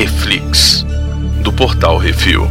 Reflix, do Portal Refil.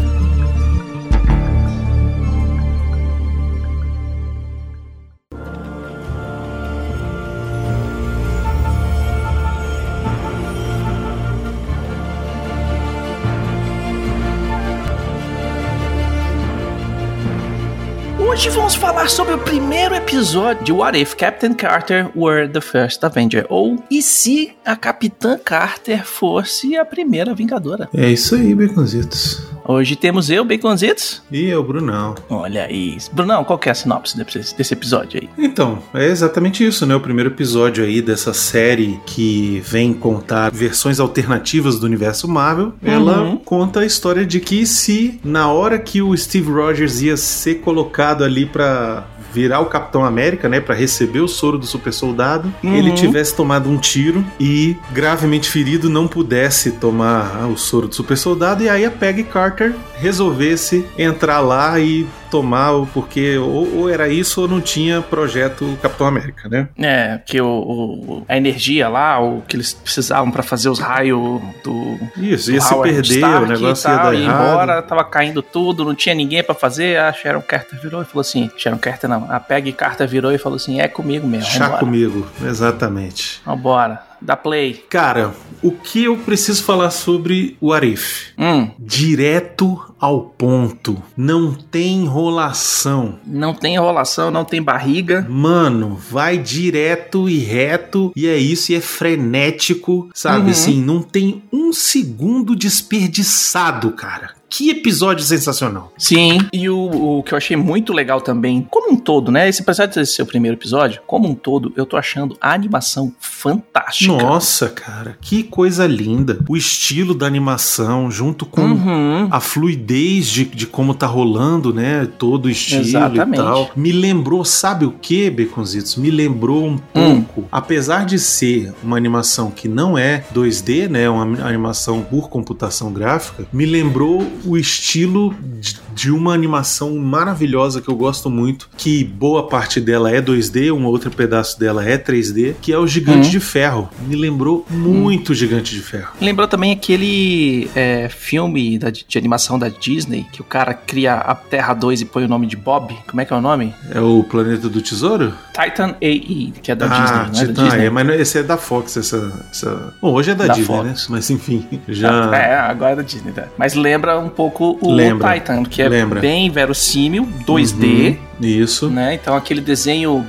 Hoje vamos falar sobre o primeiro episódio de What If Captain Carter Were the First Avenger? Ou e se a Capitã Carter fosse a primeira Vingadora? É isso aí, Baconzitos. Hoje temos eu, Baconzitos. E eu, Brunão. Olha aí. Brunão, qual que é a sinopse desse episódio aí? Então, é exatamente isso, né? O primeiro episódio aí dessa série que vem contar versões alternativas do universo Marvel. Ela conta a história de que se na hora que o Steve Rogers ia ser colocado ali pra virar o Capitão América, né, pra receber o soro do super soldado, ele tivesse tomado um tiro e gravemente ferido não pudesse tomar o soro do super soldado, e aí a Peggy Carter resolvesse entrar lá e tomar, porque ou era isso ou não tinha projeto Capitão América, né? É, que a energia lá, o que eles precisavam pra fazer os raios do... Isso, do ia se Howard perder, Stark o negócio e ia dar ia errado. embora, tava caindo tudo, não tinha ninguém pra fazer, a Sharon Carter virou e falou assim, Sharon Carter não, a Peggy Carter virou e falou assim, é comigo mesmo, Chá vambora. comigo, exatamente. Vambora, dá play. Cara, o que eu preciso falar sobre o What If? Direto ao ponto. Não tem enrolação. Não tem enrolação, não tem barriga. Mano, vai direto e reto, e é isso, e é frenético, sabe? Assim, não tem um segundo desperdiçado, cara. Que episódio sensacional. Sim, e o que eu achei muito legal também, como um todo, né? Apesar de ser o primeiro episódio, como um todo, eu tô achando a animação fantástica. Nossa, cara, que coisa linda. O estilo da animação, junto com a fluidez de como tá rolando, né? Todo o estilo. Exatamente. E tal. Me lembrou, sabe o que, Baconzitos? Me lembrou um pouco. Apesar de ser uma animação que não é 2D, né? Uma animação por computação gráfica, me lembrou o estilo de uma animação maravilhosa que eu gosto muito, que boa parte dela é 2D, um outro pedaço dela é 3D, que é o Gigante de Ferro. Me lembrou muito Gigante de Ferro. Lembrou também aquele filme de animação da Disney, que o cara cria a Terra 2 e põe o nome de Bob. Como é que é o nome? É o Planeta do Tesouro? Titan AE, que é da Disney, não é da Titan, Disney? mas esse é da Fox, Bom, hoje é da Disney, Fox. né? Mas enfim, já... agora é da Disney, tá? Mas lembra um pouco o Titan, que é bem verossímil, 2D. Isso. Né? Então aquele desenho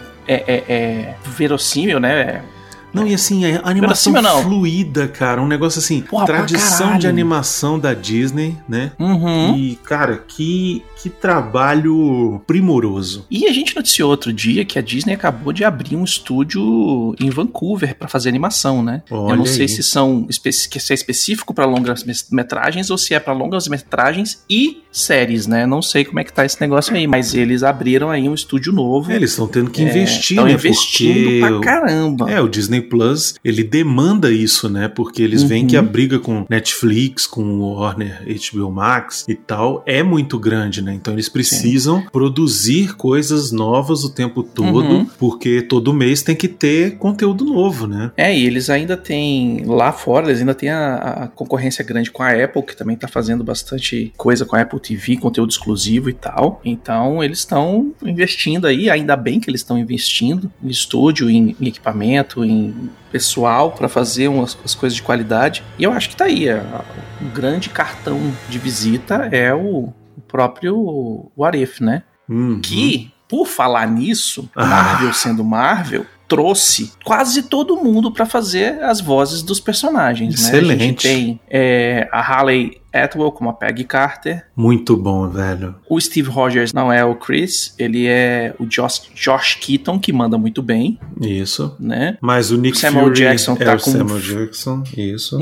verossímil, né? Não, e assim, a animação fluida, cara, um negócio assim, tradição de animação da Disney, né? E, cara, que trabalho primoroso. E a gente noticiou outro dia que a Disney acabou de abrir um estúdio em Vancouver pra fazer animação, né? Olha, eu não sei aí. se é específico pra longas metragens ou se é pra longas metragens e séries, né? Não sei como é que tá esse negócio aí, mas eles abriram aí um estúdio novo. Eles estão tendo que investir, né? Estão investindo pra caramba. O Disney Plus, ele demanda isso, né? Porque eles veem que a briga com Netflix, com o Warner, HBO Max e tal, é muito grande, né? Então eles precisam produzir coisas novas o tempo todo, porque todo mês tem que ter conteúdo novo, né? E eles ainda têm, lá fora, eles ainda têm a concorrência grande com a Apple, que também tá fazendo bastante coisa com a Apple TV, conteúdo exclusivo e tal. Então eles estão investindo aí, ainda bem que eles estão investindo em estúdio, em equipamento, em pessoal para fazer as coisas de qualidade. E eu acho que tá aí, o grande cartão de visita é o próprio What If, né? Que, por falar nisso, Marvel sendo Marvel, trouxe quase todo mundo para fazer as vozes dos personagens. Excelente. Né? A gente tem a Hayley Atwell como a Peggy Carter. Muito bom, velho. O Steve Rogers não é o Chris, ele é o Josh Keaton, que manda muito bem. Isso. Né? Mas o Nick Samuel Fury Jackson tá o com... Samuel Jackson, isso.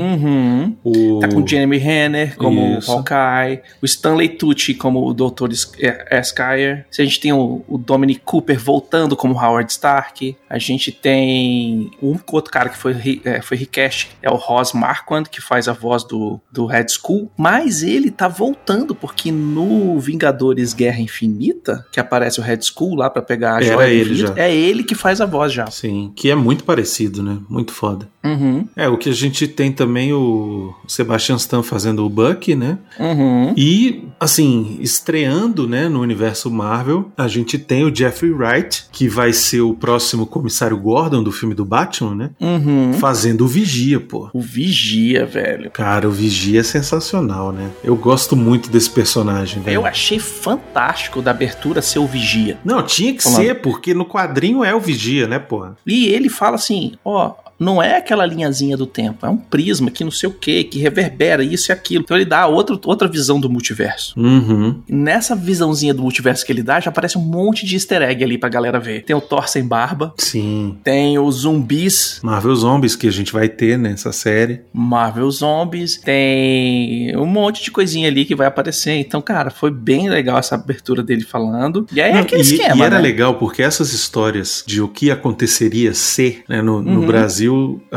Tá com o Jeremy Renner como o Hawkeye, o Stanley Tucci como o Dr. Skyer. A gente tem o Dominic Cooper voltando como Howard Stark. A gente tem um outro cara que foi recast, é o Ross Marquand, que faz a voz do Red Skull. Mas ele tá voltando, porque no Vingadores Guerra Infinita, que aparece o Red Skull lá pra pegar a joia infinita, é ele que faz a voz já. Sim, que é muito parecido, né? Muito foda. Uhum. O que a gente tem também o Sebastian Stan fazendo o Bucky, né? Uhum. E, assim, estreando, né, no universo Marvel, a gente tem o Jeffrey Wright, que vai ser o próximo comissário Gordon do filme do Batman, né? Uhum. Fazendo o Vigia, pô. O Vigia, velho. Cara, o Vigia é sensacional, né? Eu gosto muito desse personagem, velho. Eu achei fantástico da abertura ser o Vigia. Não, tinha que ser, porque no quadrinho é o Vigia, né, porra? E ele fala assim, não é aquela linhazinha do tempo, é um prisma que não sei o que reverbera isso e aquilo. Então ele dá outra visão do multiverso. Uhum. E nessa visãozinha do multiverso que ele dá, já aparece um monte de easter egg ali pra galera ver. Tem o Thor sem barba. Sim. Tem os zumbis. Marvel Zombies, que a gente vai ter nessa série. Marvel Zombies. Tem um monte de coisinha ali que vai aparecer. Então, cara, foi bem legal essa abertura dele falando. E aí aquele esquema, e era né? legal porque essas histórias de o que aconteceria se, né, no Brasil,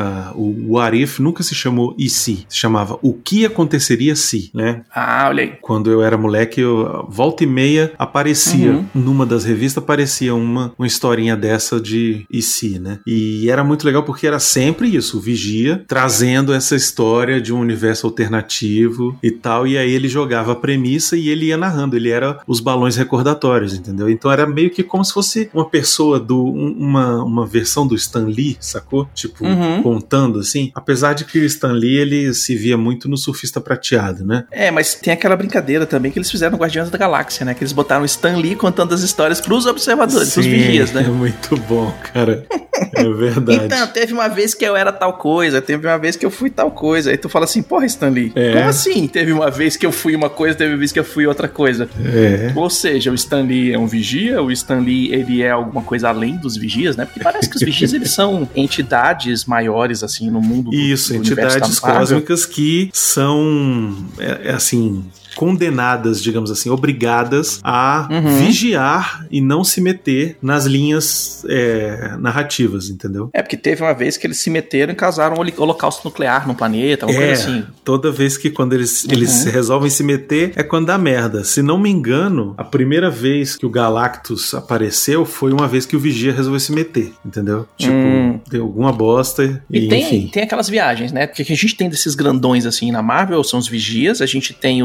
o What If nunca se chamou E se chamava O que aconteceria se, né? Ah, olha aí. Quando eu era moleque, volta e meia aparecia, numa das revistas aparecia uma historinha dessa de E se, né? E era muito legal porque era sempre isso, o Vigia trazendo essa história de um universo alternativo e tal, e aí ele jogava a premissa e ele ia narrando, ele era os balões recordatórios, entendeu? Então era meio que como se fosse uma pessoa uma versão do Stan Lee, sacou? Tipo, contando assim, apesar de que o Stan Lee, ele se via muito no Surfista Prateado, né? Mas tem aquela brincadeira também que eles fizeram no Guardiões da Galáxia, né? Que eles botaram o Stan Lee contando as histórias pros observadores, pros vigias, né? É muito bom, cara. É verdade. Então, teve uma vez que eu era tal coisa, teve uma vez que eu fui tal coisa. Aí tu fala assim, porra, Stan Lee, como assim? Teve uma vez que eu fui uma coisa, teve uma vez que eu fui outra coisa. Ou seja, o Stan Lee é um vigia, o Stan Lee, ele é alguma coisa além dos vigias, né? Porque parece que os vigias, eles são entidades maiores, assim, no mundo do Isso, universo entidades cósmicas que são, assim, condenadas, digamos assim, obrigadas a vigiar e não se meter nas linhas narrativas, entendeu? Porque teve uma vez que eles se meteram e causaram um holocausto nuclear no planeta, uma coisa assim. Toda vez que quando eles resolvem se meter, é quando dá merda. Se não me engano, a primeira vez que o Galactus apareceu foi uma vez que o Vigia resolveu se meter, entendeu? Tipo, deu alguma bosta e enfim. Tem aquelas viagens, né? Porque a gente tem desses grandões assim na Marvel, são os Vigias, a gente tem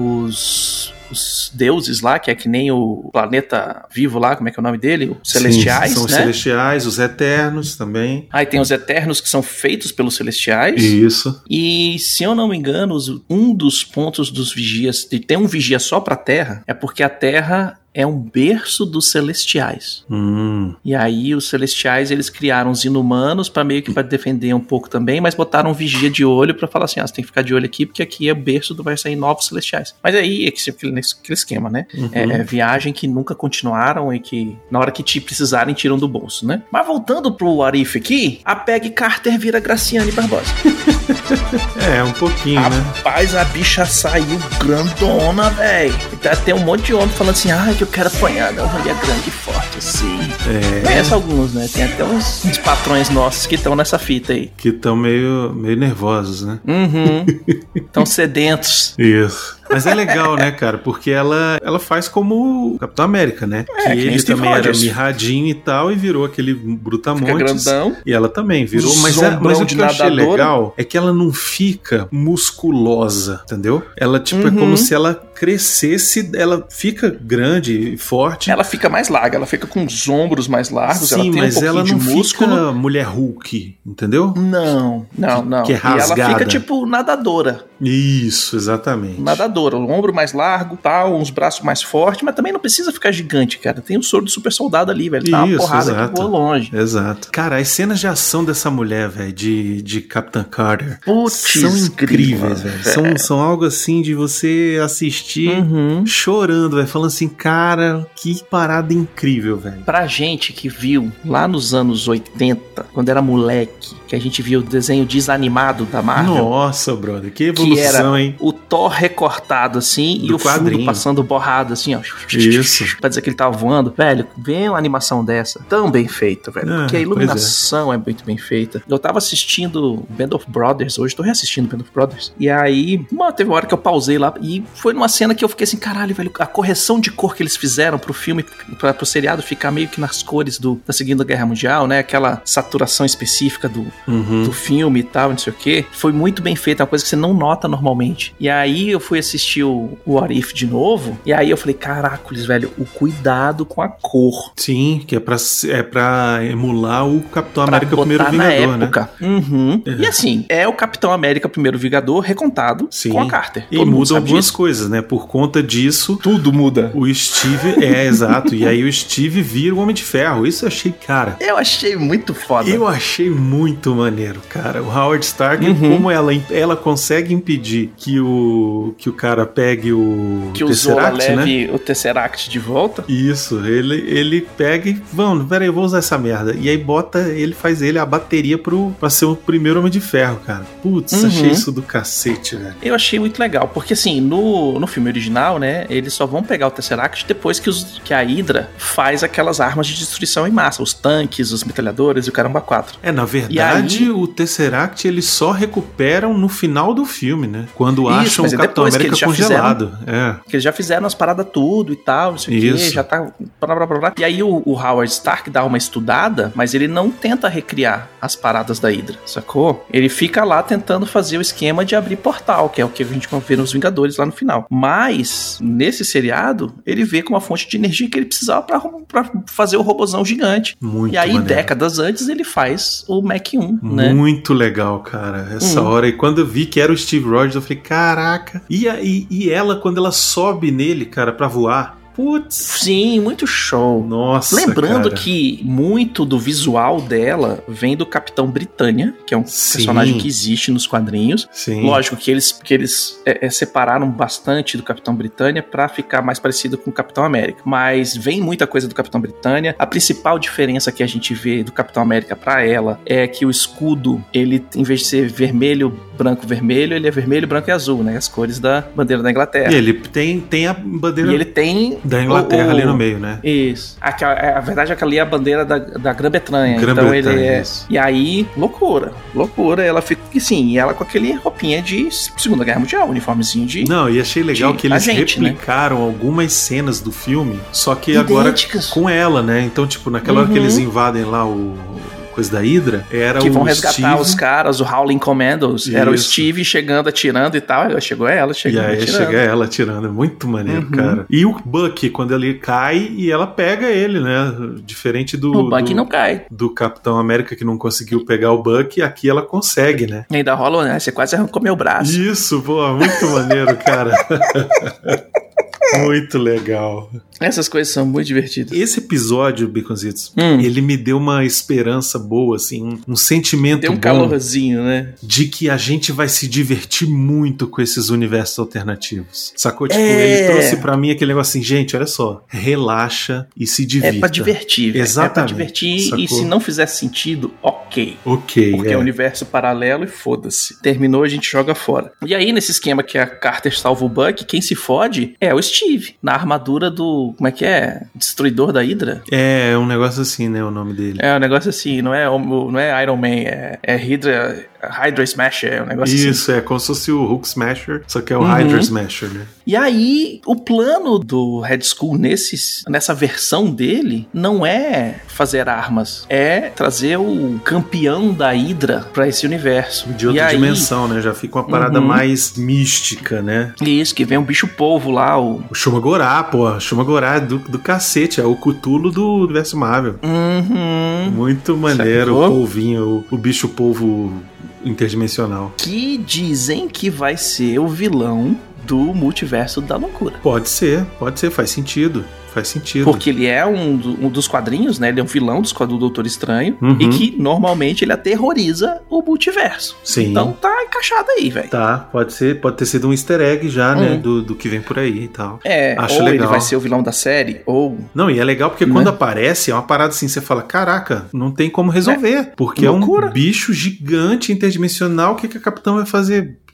os deuses lá, que é que nem o planeta vivo lá, como é que é o nome dele? Os Celestiais, são os Celestiais, os Eternos também. Aí tem os Eternos que são feitos pelos Celestiais. Isso. E, se eu não me engano, um dos pontos dos Vigias, de ter um Vigia só pra Terra, é porque a Terra é um berço dos Celestiais. E aí os Celestiais, eles criaram os Inumanos pra meio que pra defender um pouco também, mas botaram um Vigia de olho pra falar assim, você tem que ficar de olho aqui, porque aqui é berço do vai sair novos Celestiais. Mas aí é aquele esquema, né? É viagem que nunca continuaram e que na hora que te precisarem tiram do bolso, né? Mas voltando pro Arif aqui, a Peggy Carter vira Graciane Barbosa. Um pouquinho, né? Rapaz, a bicha saiu grandona, velho. Tem um monte de homem falando assim, que eu quero apanhar da mulher grande e forte, assim. Conhece alguns, né? Tem até uns patrões nossos que estão nessa fita aí. Que estão meio nervosos, né? Estão sedentos. Isso. Mas é legal, né, cara? Porque ela faz como o Capitão América, né? Que ele também era mirradinho e tal, e virou aquele brutamontes. Fica grandão. E ela também virou. Mas o que eu achei legal é que ela não fica musculosa, entendeu? Ela, tipo, é como se ela crescesse, ela fica grande e forte. Ela fica mais larga, ela fica com os ombros mais largos. Sim, ela tem mas um ela de não músculo. fica mulher Hulk, entendeu? Não. Que é rasgada. E ela fica, tipo, nadadora. Isso, exatamente. Nadadora, o ombro mais largo, tal, uns braços mais fortes, mas também não precisa ficar gigante, cara. Tem o soro do super soldado ali, velho. Tá uma porrada que voa longe. Exato. Cara, as cenas de ação dessa mulher, velho, de Captain Carter, são incríveis, velho. São algo assim de você assistir chorando, velho, falando assim, cara, que parada incrível, velho. Pra gente que viu lá nos anos 80, quando era moleque, que a gente viu o desenho desanimado da Marvel. Nossa, brother, que evolução, que era hein? o Thor recortado cortado, assim, Do e o quadrinho. fundo passando borrado, assim, ó. Isso. Pra dizer que ele tava voando. Velho, vem uma animação dessa, tão bem feita, velho. Porque a iluminação é muito bem feita. Eu tava assistindo Band of Brothers hoje, tô reassistindo Band of Brothers. E aí, teve uma hora que eu pausei lá e foi numa cena que eu fiquei assim, caralho, velho, a correção de cor que eles fizeram pro filme, pro seriado ficar meio que nas cores da Segunda Guerra Mundial, né? Aquela saturação específica do filme e tal, não sei o quê. Foi muito bem feita, uma coisa que você não nota normalmente. E aí eu fui assistir o What If de novo, e aí eu falei, caracoles, velho, o cuidado com a cor. Sim, que é pra emular o Capitão América Primeiro Vingador, né? E assim, é o Capitão América Primeiro Vingador recontado com a Carter. E muda algumas coisas, né? Por conta disso... Tudo muda. O Steve... exato. E aí o Steve vira o Homem de Ferro. Isso eu achei, cara... Eu achei muito foda. Eu achei muito maneiro, cara. O Howard Stark, como ela consegue impedir que o cara pegue o que Tesseract, o Zola leve o Tesseract de volta. Isso. Ele pega e... Vamos, peraí, eu vou usar essa merda. E aí faz ele a bateria pra ser o primeiro Homem de Ferro, cara. Putz, achei isso do cacete, velho. Eu achei muito legal, porque assim, no filme original, né, eles só vão pegar o Tesseract depois que a Hydra faz aquelas armas de destruição em massa, os tanques, os metralhadores e o caramba 4. Na verdade, aí, o Tesseract eles só recuperam no final do filme, né? Quando acham o Capitão América congelado. Que eles já fizeram as paradas tudo e tal, não sei o quê, já tá... E aí o Howard Stark dá uma estudada, mas ele não tenta recriar as paradas da Hydra, sacou? Ele fica lá tentando fazer o esquema de abrir portal, que é o que a gente vai ver nos Vingadores lá no final. Mas, nesse seriado, ele vê com uma fonte de energia que ele precisava pra fazer o robozão gigante. Muito E aí, maneiro. Décadas antes, ele faz o Mach 1, né? Muito legal, cara. Essa hora. E quando eu vi que era o Steve Rogers, eu falei, caraca. E ela, quando ela sobe nele, cara, pra voar... Putz. Sim, muito show. Nossa, lembrando cara, que muito do visual dela vem do Capitão Britânia, que é um personagem que existe nos quadrinhos. Sim. Lógico que eles separaram bastante do Capitão Britânia pra ficar mais parecido com o Capitão América. Mas vem muita coisa do Capitão Britânia. A principal diferença que a gente vê do Capitão América pra ela é que o escudo, ele, em vez de ser vermelho, branco, vermelho, ele é vermelho, branco e azul, né? As cores da bandeira da Inglaterra. E ele tem a bandeira... E ele tem... Da Inglaterra ali no meio, né? Isso. A verdade é que ali é a bandeira da Grã-Bretanha. Então ele é... Isso. E aí, loucura. Ela fica... E ela com aquele roupinha de Segunda Guerra Mundial, uniformezinho de... Não, e achei legal que eles replicaram, né, algumas cenas do filme, só que idênticas. Agora com ela, né? Então, tipo, naquela hora que eles invadem lá coisa da Hydra, era que vão resgatar Steve... os caras, o Howling Commandos. Isso. Era o Steve chegando, atirando e tal. Chegou ela chegando, e aí atirando. Chega ela atirando. É muito maneiro, cara. E o Bucky, quando ele cai e ela pega ele, né? Diferente do... O Bucky não cai. Do Capitão América, que não conseguiu pegar o Bucky, aqui ela consegue, né? E ainda rola, né? Você quase arrancou meu braço. Isso, pô, muito maneiro, cara. Muito legal. Essas coisas são muito divertidas. Esse episódio, Baconzitos, ele me deu uma esperança boa, assim, um sentimento deu um bom calorzinho, né? De que a gente vai se divertir muito com esses universos alternativos. Sacou? Tipo, ele trouxe pra mim aquele negócio assim, gente, olha só, relaxa e se divirta. É pra divertir, velho. Exatamente. É pra divertir, sacou? E se não fizer sentido, ok. Ok, porque é um universo paralelo e foda-se. Terminou, a gente joga fora. E aí, nesse esquema que a Carter salva o Bucky, quem se fode é o Steve, na armadura do... Como é que é? Destruidor da Hydra? É um negócio assim, né? O nome dele. É um negócio assim, não é Iron Man, é Hydra Smasher, é um negócio assim. Isso, é como se fosse o Hulk Smasher, só que é o Hydra Smasher, né? E aí, o plano do Red Skull nessa versão dele não é fazer armas, é trazer o campeão da Hydra pra esse universo. De outra dimensão, né? Já fica uma parada mais mística, né? Isso, que vem um bicho-polvo lá, o Shumagorá, pô. Shumagorá é do cacete, é o Cthulhu do universo Marvel. Muito maneiro, o polvinho, o bicho-polvo interdimensional. Que dizem que vai ser o vilão do Multiverso da Loucura. Pode ser, faz sentido. Faz sentido. Porque ele é um dos quadrinhos, né? Ele é um vilão do Doutor Estranho e que normalmente ele aterroriza o multiverso. Sim. Então tá encaixado aí, velho. Tá, pode ter sido um easter egg já, né? Do que vem por aí e tal. Acho ou legal. Ele vai ser o vilão da série, ou... Não, e é legal porque quando aparece, é uma parada assim, você fala, caraca, não tem como resolver. Porque loucura. É um bicho gigante, interdimensional, o que a Capitã vai fazer?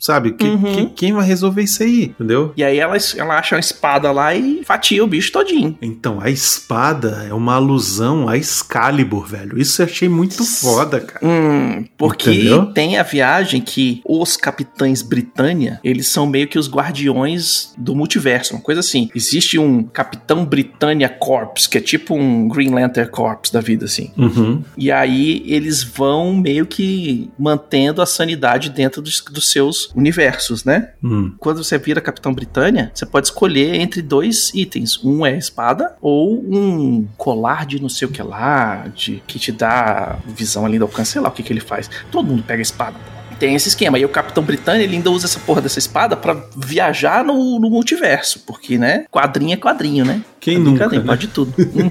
sabe? Quem vai resolver isso aí, entendeu? E aí ela acha uma espada lá e fatia o bicho todinho. Então, a espada é uma alusão a Excalibur, velho. Isso eu achei muito foda, cara. Porque entendeu? tem a viagem que os Capitães Britânia, eles são meio que os guardiões do multiverso, uma coisa assim. Existe um Capitão Britânia Corps, que é tipo um Green Lantern Corps da vida, assim. E aí eles vão meio que mantendo a sanidade dentro dos seus universos, né? Quando você vira Capitão Britânia, você pode escolher entre 2 itens. Um é a espada ou um colar de não sei o que lá, que te dá visão além do alcance, sei lá o que ele faz. Todo mundo pega a espada. Tem esse esquema. E o Capitão Britânia, ele ainda usa essa porra dessa espada pra viajar no multiverso. Porque, né? Quadrinho é quadrinho, né? Quem nunca, né? Pode tudo.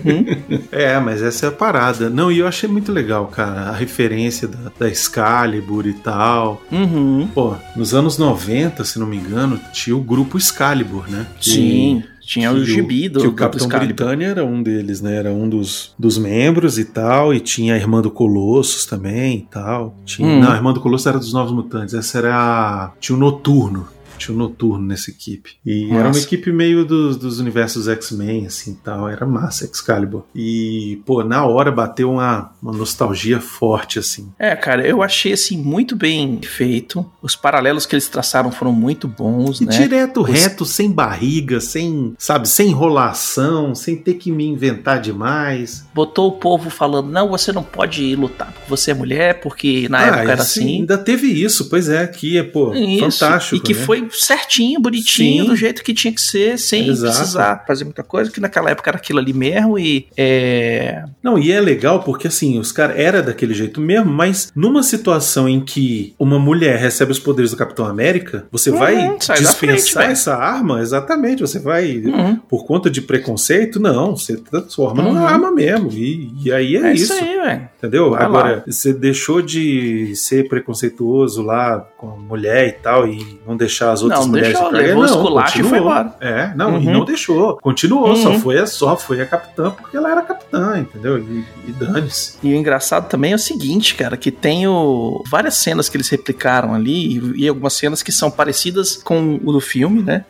Mas essa é a parada. Não, e eu achei muito legal, cara, a referência da Excalibur e tal. Pô, nos anos 90, se não me engano, tinha o grupo Excalibur, né? Sim. Tinha o gibi do o Capitão Britânia era um deles, né? Era um dos membros e tal. E tinha a Irmã do Colossus também e tal. Não, a Irmã do Colossus era dos Novos Mutantes. Essa era tinha o Noturno. Tinha o Noturno nessa equipe. E era uma equipe meio dos universos X-Men, assim, e tal. Era massa, Excalibur. E, pô, na hora bateu uma nostalgia forte, assim. Cara, eu achei, assim, muito bem feito. Os paralelos que eles traçaram foram muito bons, né? Direto, reto, sem barriga, sem enrolação, sem ter que me inventar demais. Botou o povo falando, não, você não pode ir lutar porque você é mulher, porque na época era assim. Ainda teve isso, pois é, que é, pô, fantástico. E que foi certinho, bonitinho, do jeito que tinha que ser, sem precisar fazer muita coisa, que naquela época era aquilo ali mesmo Não, e é legal porque, assim, os caras era daquele jeito mesmo, mas numa situação em que uma mulher recebe os poderes do Capitão América, você vai dispensar essa arma? Exatamente, você vai, por conta de preconceito? Não, você transforma numa arma mesmo, e aí é isso. Isso aí, velho. Entendeu? Vai agora, lá. Você deixou de ser preconceituoso lá com a mulher e tal, e não deixar as outras mulheres de carreira. Levou esculacho e foi embora. E não deixou. Continuou, só foi a capitã porque ela era capitã, entendeu? E dane-se. E o engraçado também é o seguinte, cara, que tem várias cenas que eles replicaram ali, e algumas cenas que são parecidas com o do filme, né?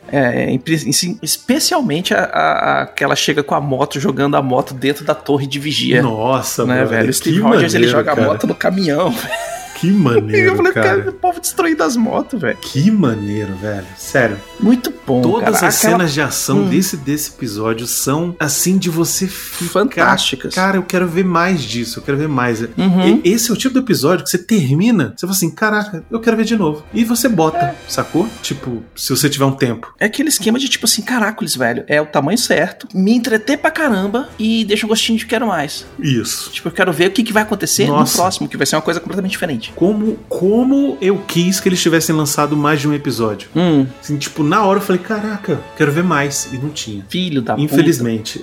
Especialmente a que ela chega com a moto, jogando a moto dentro da torre de vigia. Nossa, né, velho? O Steve Rogers, ele joga a moto no caminhão. Que maneiro, eu falei, cara. O povo destruindo as motos, velho. Que maneiro, velho. Sério. Muito bom, Todas as cenas de ação desse episódio são, assim, de você ficar... fantásticas. Cara, eu quero ver mais disso, eu quero ver mais. Esse é o tipo de episódio que você termina, você fala assim, caraca, eu quero ver de novo. E você bota, sacou? Tipo, se você tiver um tempo. É aquele esquema de tipo assim, caracoles, velho, é o tamanho certo, me entreter pra caramba e deixa um gostinho de quero mais. Isso. Tipo, eu quero ver o que vai acontecer no próximo, que vai ser uma coisa completamente diferente. Como eu quis que eles tivessem lançado mais de um episódio. Assim, tipo, na hora eu falei, caraca, quero ver mais. E não tinha. Filho da puta. Infelizmente.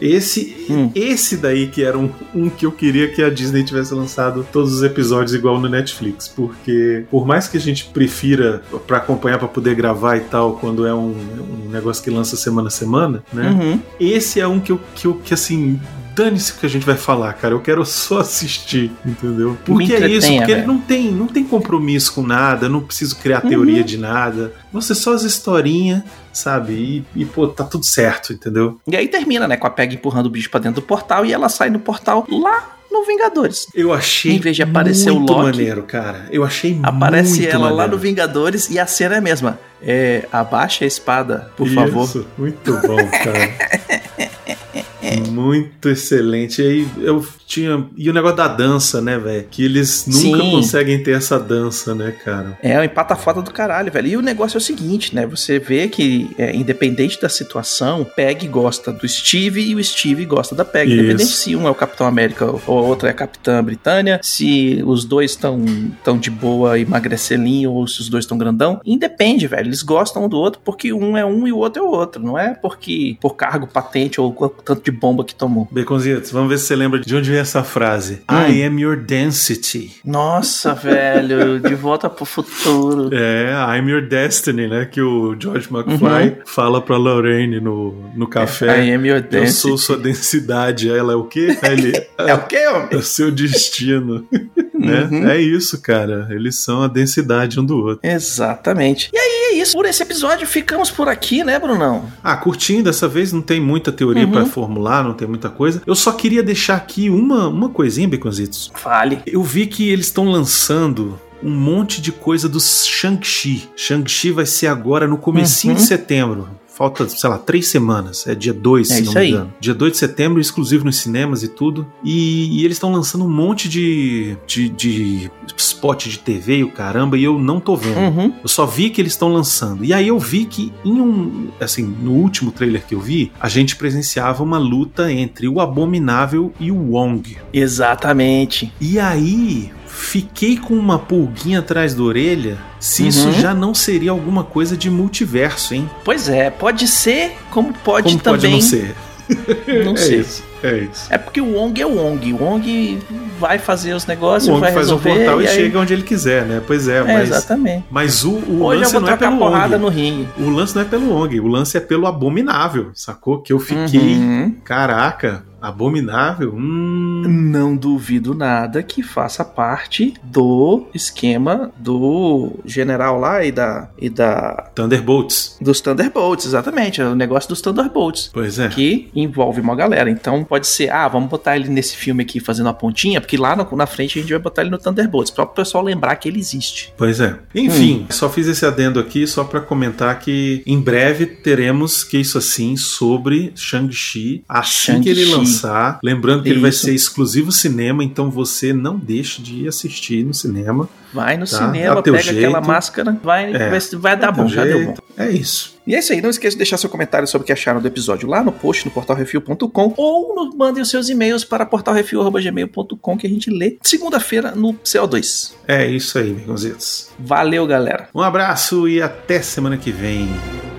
Esse daí que era um que eu queria que a Disney tivesse lançado todos os episódios igual no Netflix. Porque, por mais que a gente prefira pra acompanhar, pra poder gravar e tal, quando é um negócio que lança semana a semana, né? Esse é um que assim... Dane-se o que a gente vai falar, cara. Eu quero só assistir, entendeu? Porque é isso, porque ele não tem compromisso com nada, eu não preciso criar teoria de nada. Você só as historinhas, sabe? E pô, tá tudo certo, entendeu? E aí termina, né? Com a Peggy empurrando o bicho pra dentro do portal e ela sai no portal lá no Vingadores. Eu achei em vez de aparecer muito o Loki, maneiro, cara. Eu achei aparece muito ela maneiro. lá no Vingadores e a cena é a mesma. Abaixa a espada, por favor. Isso, muito bom, cara. Muito excelente. E aí e o negócio da dança, né, velho? Que eles nunca conseguem ter essa dança, né, cara? É um empata foda do caralho, velho. E o negócio é o seguinte, né? Você vê que, independente da situação, Peggy gosta do Steve e o Steve gosta da Peggy. Isso. Independente se um é o Capitão América ou a outra é a Capitã Britânia, se os dois estão de boa e magrecelinho ou se os dois estão grandão. Independe, velho. Eles gostam um do outro porque um é um e o outro é o outro. Não é porque por cargo, patente ou tanto de bomba que tomou. Baconzitos, vamos ver se você lembra de onde vem essa frase. I am your density. Nossa, velho, de volta pro futuro. I'm your destiny, né? Que o George McFly fala pra Lorraine no café. I am your density. Eu sou sua densidade. Ela é o quê? É o quê, homem? É o seu destino. né? É isso, cara. Eles são a densidade um do outro. Exatamente. E aí é isso. Por esse episódio ficamos por aqui, né, Brunão? Curtinho, dessa vez não tem muita teoria pra formular, não tem muita coisa. Eu só queria deixar aqui uma coisinha, Baconzitos. Fale. Eu vi que eles estão lançando um monte de coisa do Shang-Chi. Shang-Chi vai ser agora no comecinho de setembro. Falta, sei lá, 3 semanas. É dia 2, se não me engano. Dia 2 de setembro, exclusivo nos cinemas e tudo. E eles estão lançando um monte de spot de TV e o caramba, e eu não tô vendo. Eu só vi que eles estão lançando. E aí eu vi que no último trailer que eu vi, a gente presenciava uma luta entre o Abominável e o Wong. Exatamente. E aí fiquei com uma pulguinha atrás da orelha se isso já não seria alguma coisa de multiverso, hein? Pois é, pode ser, como pode também... Pode não ser. Não sei. É isso. É porque o Wong é o Wong. O Wong vai fazer os negócios, o Wong vai faz resolver. O portal e chega onde ele quiser, né? Pois é, mas... exatamente. Mas o hoje lance eu vou não é pelo porrada Wong. No ringue. O lance não é pelo Wong, o lance é pelo Abominável, sacou? Que eu fiquei... Caraca, Abominável? Não duvido nada que faça parte do esquema do general lá e da Thunderbolts. Dos Thunderbolts, exatamente. É o negócio dos Thunderbolts. Pois é. Que envolve uma galera. Então pode ser, vamos botar ele nesse filme aqui fazendo a pontinha, porque lá na frente a gente vai botar ele no Thunderbolts, para o pessoal lembrar que ele existe. Pois é. Enfim, só fiz esse adendo aqui só para comentar que em breve teremos Que Isso Assim sobre Shang-Chi assim que ele lançar. Lembrando que ele vai ser exclusivo cinema, então você não deixe de ir assistir no cinema. Vai no cinema, pega aquela máscara, vai dar bom, já deu bom. É isso. E é isso aí, não esqueça de deixar seu comentário sobre o que acharam do episódio lá no post no portalrefil.com ou mandem os seus e-mails para portalrefil@gmail.com que a gente lê segunda-feira no CO2. É isso aí, Baconzitos. Valeu, galera. Um abraço e até semana que vem.